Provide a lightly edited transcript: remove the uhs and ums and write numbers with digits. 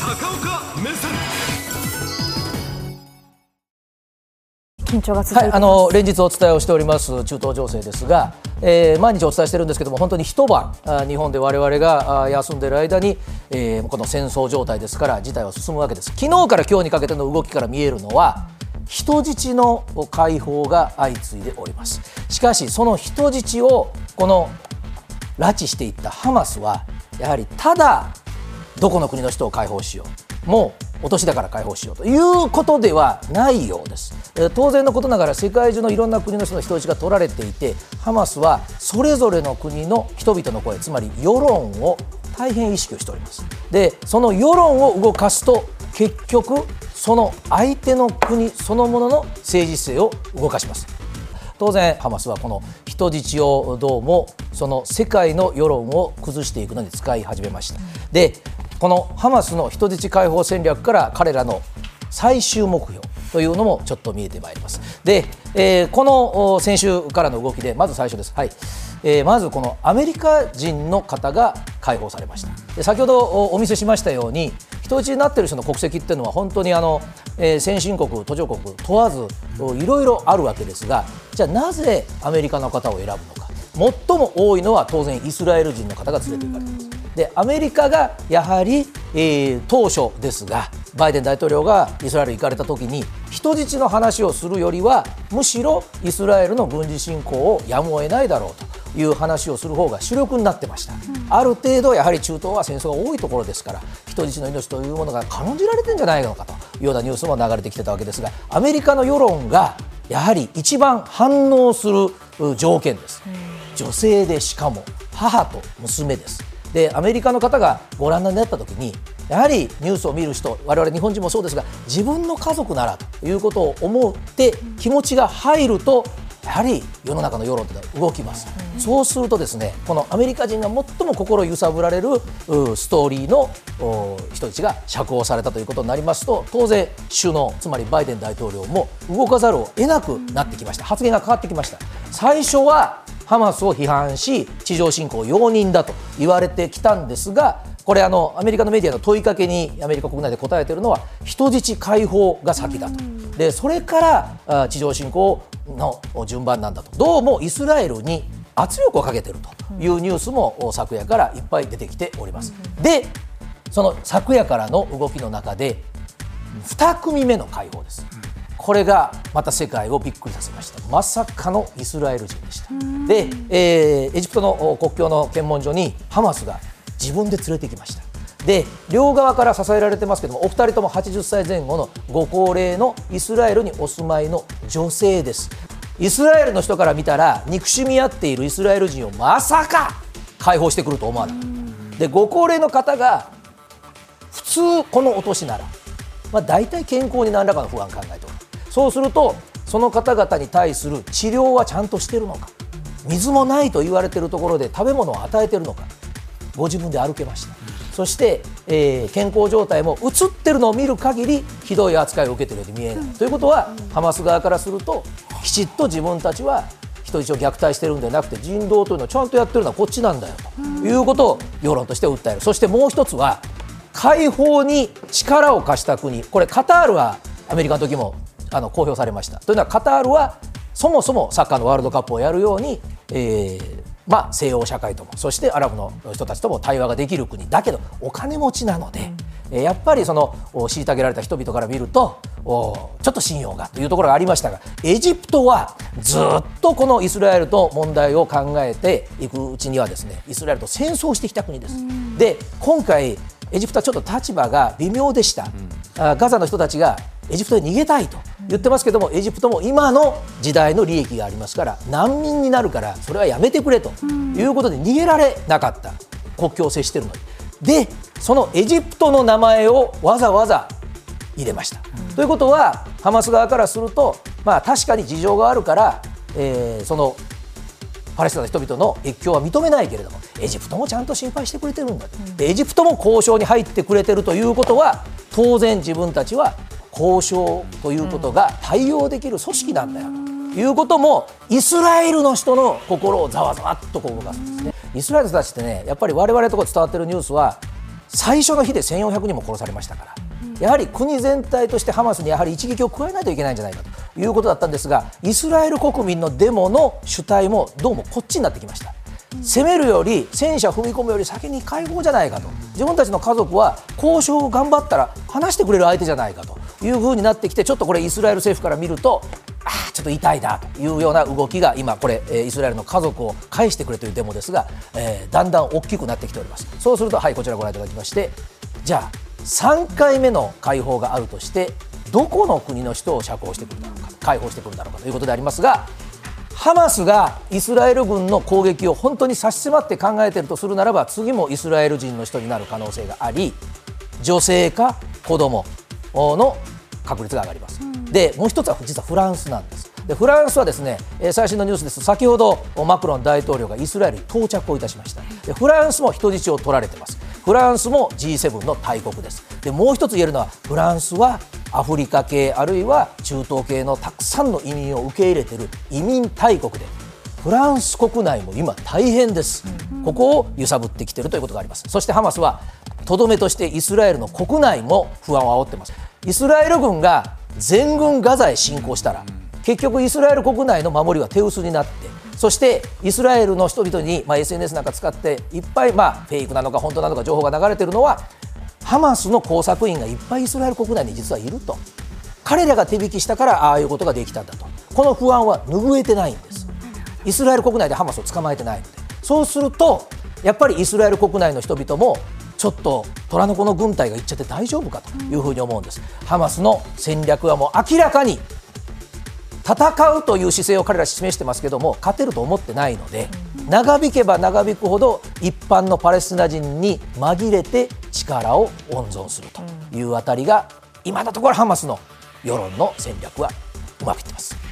高岡目線。 緊張が続いています。 連日お伝えをしております中東情勢ですが、毎日お伝えしてるんですけども、本当に一晩日本で我々が休んでいる間に、この戦争状態ですから事態は進むわけです。昨日から今日にかけての動きから見えるのは人質の解放が相次いでおります。しかしその人質をこの拉致していったハマスはやはりただどこの国の人を解放しよう、もうお年だから解放しようということではないようです。当然のことながら世界中のいろんな国の人の人質が取られていて、ハマスはそれぞれの国の人々の声、つまり世論を大変意識をしております。でその世論を動かすと結局その相手の国そのものの政治姿勢を動かします。当然ハマスはこの人質をどうもその世界の世論を崩していくのに使い始めました。でこのハマスの人質解放戦略から彼らの最終目標というのもちょっと見えてまいります。で、この先週からの動きでまず最初です。まずこのアメリカ人の方が解放されました。で先ほどお見せしましたように人質になっている人の国籍っていうのは本当に先進国途上国問わずいろいろあるわけですが、じゃあなぜアメリカの方を選ぶのか。最も多いのは当然イスラエル人の方が連れて行かれています。でアメリカがやはり、当初ですがバイデン大統領がイスラエル行かれた時に人質の話をするよりはむしろイスラエルの軍事侵攻をやむを得ないだろうという話をする方が主力になってました。ある程度やはり中東は戦争が多いところですから人質の命というものが軽んじられてんじゃないのかというようなニュースも流れてきてたわけですが、アメリカの世論がやはり一番反応する条件です。女性でしかも母と娘です。でアメリカの方がご覧になった時にやはりニュースを見る人、我々日本人もそうですが自分の家族ならということを思って気持ちが入るとやはり世の中の世論というのは動きます。そうするとですね、このアメリカ人が最も心揺さぶられるストーリーの人質が釈放されたということになりますと、当然首脳つまりバイデン大統領も動かざるを得なくなってきました。発言が変わってきました。最初はハマスを批判し地上侵攻容認だと言われてきたんですが、これアメリカのメディアの問いかけにアメリカ国内で答えているのは人質解放が先だと。でそれから地上侵攻の順番なんだと。どうもイスラエルに圧力をかけているというニュースも昨夜からいっぱい出てきております。でその昨夜からの動きの中で2組目の解放です。これがまた世界をびっくりさせました。まさかのイスラエル人でした。で、エジプトの国境の検問所にハマスが自分で連れてきました。で両側から支えられてますけども、お二人とも80歳前後のご高齢のイスラエルにお住まいの女性です。イスラエルの人から見たら憎しみ合っているイスラエル人をまさか解放してくると思わなかった。でご高齢の方が普通このお年なら、大体健康に何らかの不安を考えておる。そうするとその方々に対する治療はちゃんとしているのか、水もないと言われているところで食べ物を与えているのか、ご自分で歩けました。そして、健康状態も映ってるのを見る限りひどい扱いを受けているように見えない、ということはハマス側からするときちっと自分たちは人質を虐待しているんではなくて人道というのをちゃんとやってるのはこっちなんだよということを世論として訴える。そしてもう一つは解放に力を貸した国、これカタールはアメリカの時も公表されました。というのはカタールはそもそもサッカーのワールドカップをやるように、西洋社会ともそしてアラブの人たちとも対話ができる国だけどお金持ちなので、やっぱりその虐げられた人々から見るとちょっと信用がというところがありましたが、エジプトはずっとこのイスラエルと問題を考えていくうちにはですね、イスラエルと戦争してきた国です。で今回エジプトはちょっと立場が微妙でした。ガザの人たちがエジプトに逃げたいと言ってますけども、エジプトも今の時代の利益がありますから難民になるからそれはやめてくれということで逃げられなかった。国境を接しているのに。でそのエジプトの名前をわざわざ入れました。ということはハマス側からすると、確かに事情があるから、そのパレスチナの人々の越境は認めないけれどもエジプトもちゃんと心配してくれてるんだと。でエジプトも交渉に入ってくれてるということは当然自分たちは交渉ということが対応できる組織なんだよということもイスラエルの人の心をざわざわっと動かすんですね。イスラエルの人たちってね、やっぱり我々のところ伝わってるニュースは最初の日で1400人も殺されましたから、やはり国全体としてハマスにやはり一撃を加えないといけないんじゃないかということだったんですが、イスラエル国民のデモの主体もどうもこっちになってきました。攻めるより戦車踏み込むより先に解放じゃないかと、自分たちの家族は交渉を頑張ったら話してくれる相手じゃないかという風になってきて、ちょっとこれイスラエル政府から見るとちょっと痛いなというような動きが今これイスラエルの家族を返してくれというデモですが、だんだん大きくなってきております。そうするとこちらご覧いただきまして、じゃあ3回目の解放があるとしてどこの国の人を釈放してくるだろうか、解放してくるだろうかということでありますが、ハマスがイスラエル軍の攻撃を本当に差し迫って考えているとするならば、次もイスラエル人の人になる可能性があり、女性か子供の確率が上がります。でもう一つは実はフランスなんです。でフランスはですね、最新のニュースですと、先ほどマクロン大統領がイスラエルに到着をいたしました。でフランスも人質を取られてます。フランスも G7 の大国です。でもう一つ言えるのは、フランスはアフリカ系あるいは中東系のたくさんの移民を受け入れている移民大国で、フランス国内も今大変です。ここを揺さぶってきているということがあります。そしてハマスはとどめとしてイスラエルの国内も不安を煽っています。イスラエル軍が全軍ガザへ侵攻したら、結局イスラエル国内の守りは手薄になって、そしてイスラエルの人々に、SNS なんか使っていっぱい、フェイクなのか本当なのか情報が流れているのは、ハマスの工作員がいっぱいイスラエル国内に実はいると、彼らが手引きしたからああいうことができたんだと、この不安は拭えてないんです。イスラエル国内でハマスを捕まえてないので、そうするとやっぱりイスラエル国内の人々もちょっと虎の子の軍隊が行っちゃって大丈夫かというふうに思うんです。ハマスの戦略はもう明らかに戦うという姿勢を彼ら示してますけども、勝てると思ってないので、長引けば長引くほど一般のパレスチナ人に紛れて力を温存するというあたりが、今のところハマスの世論の戦略はうまくいってます。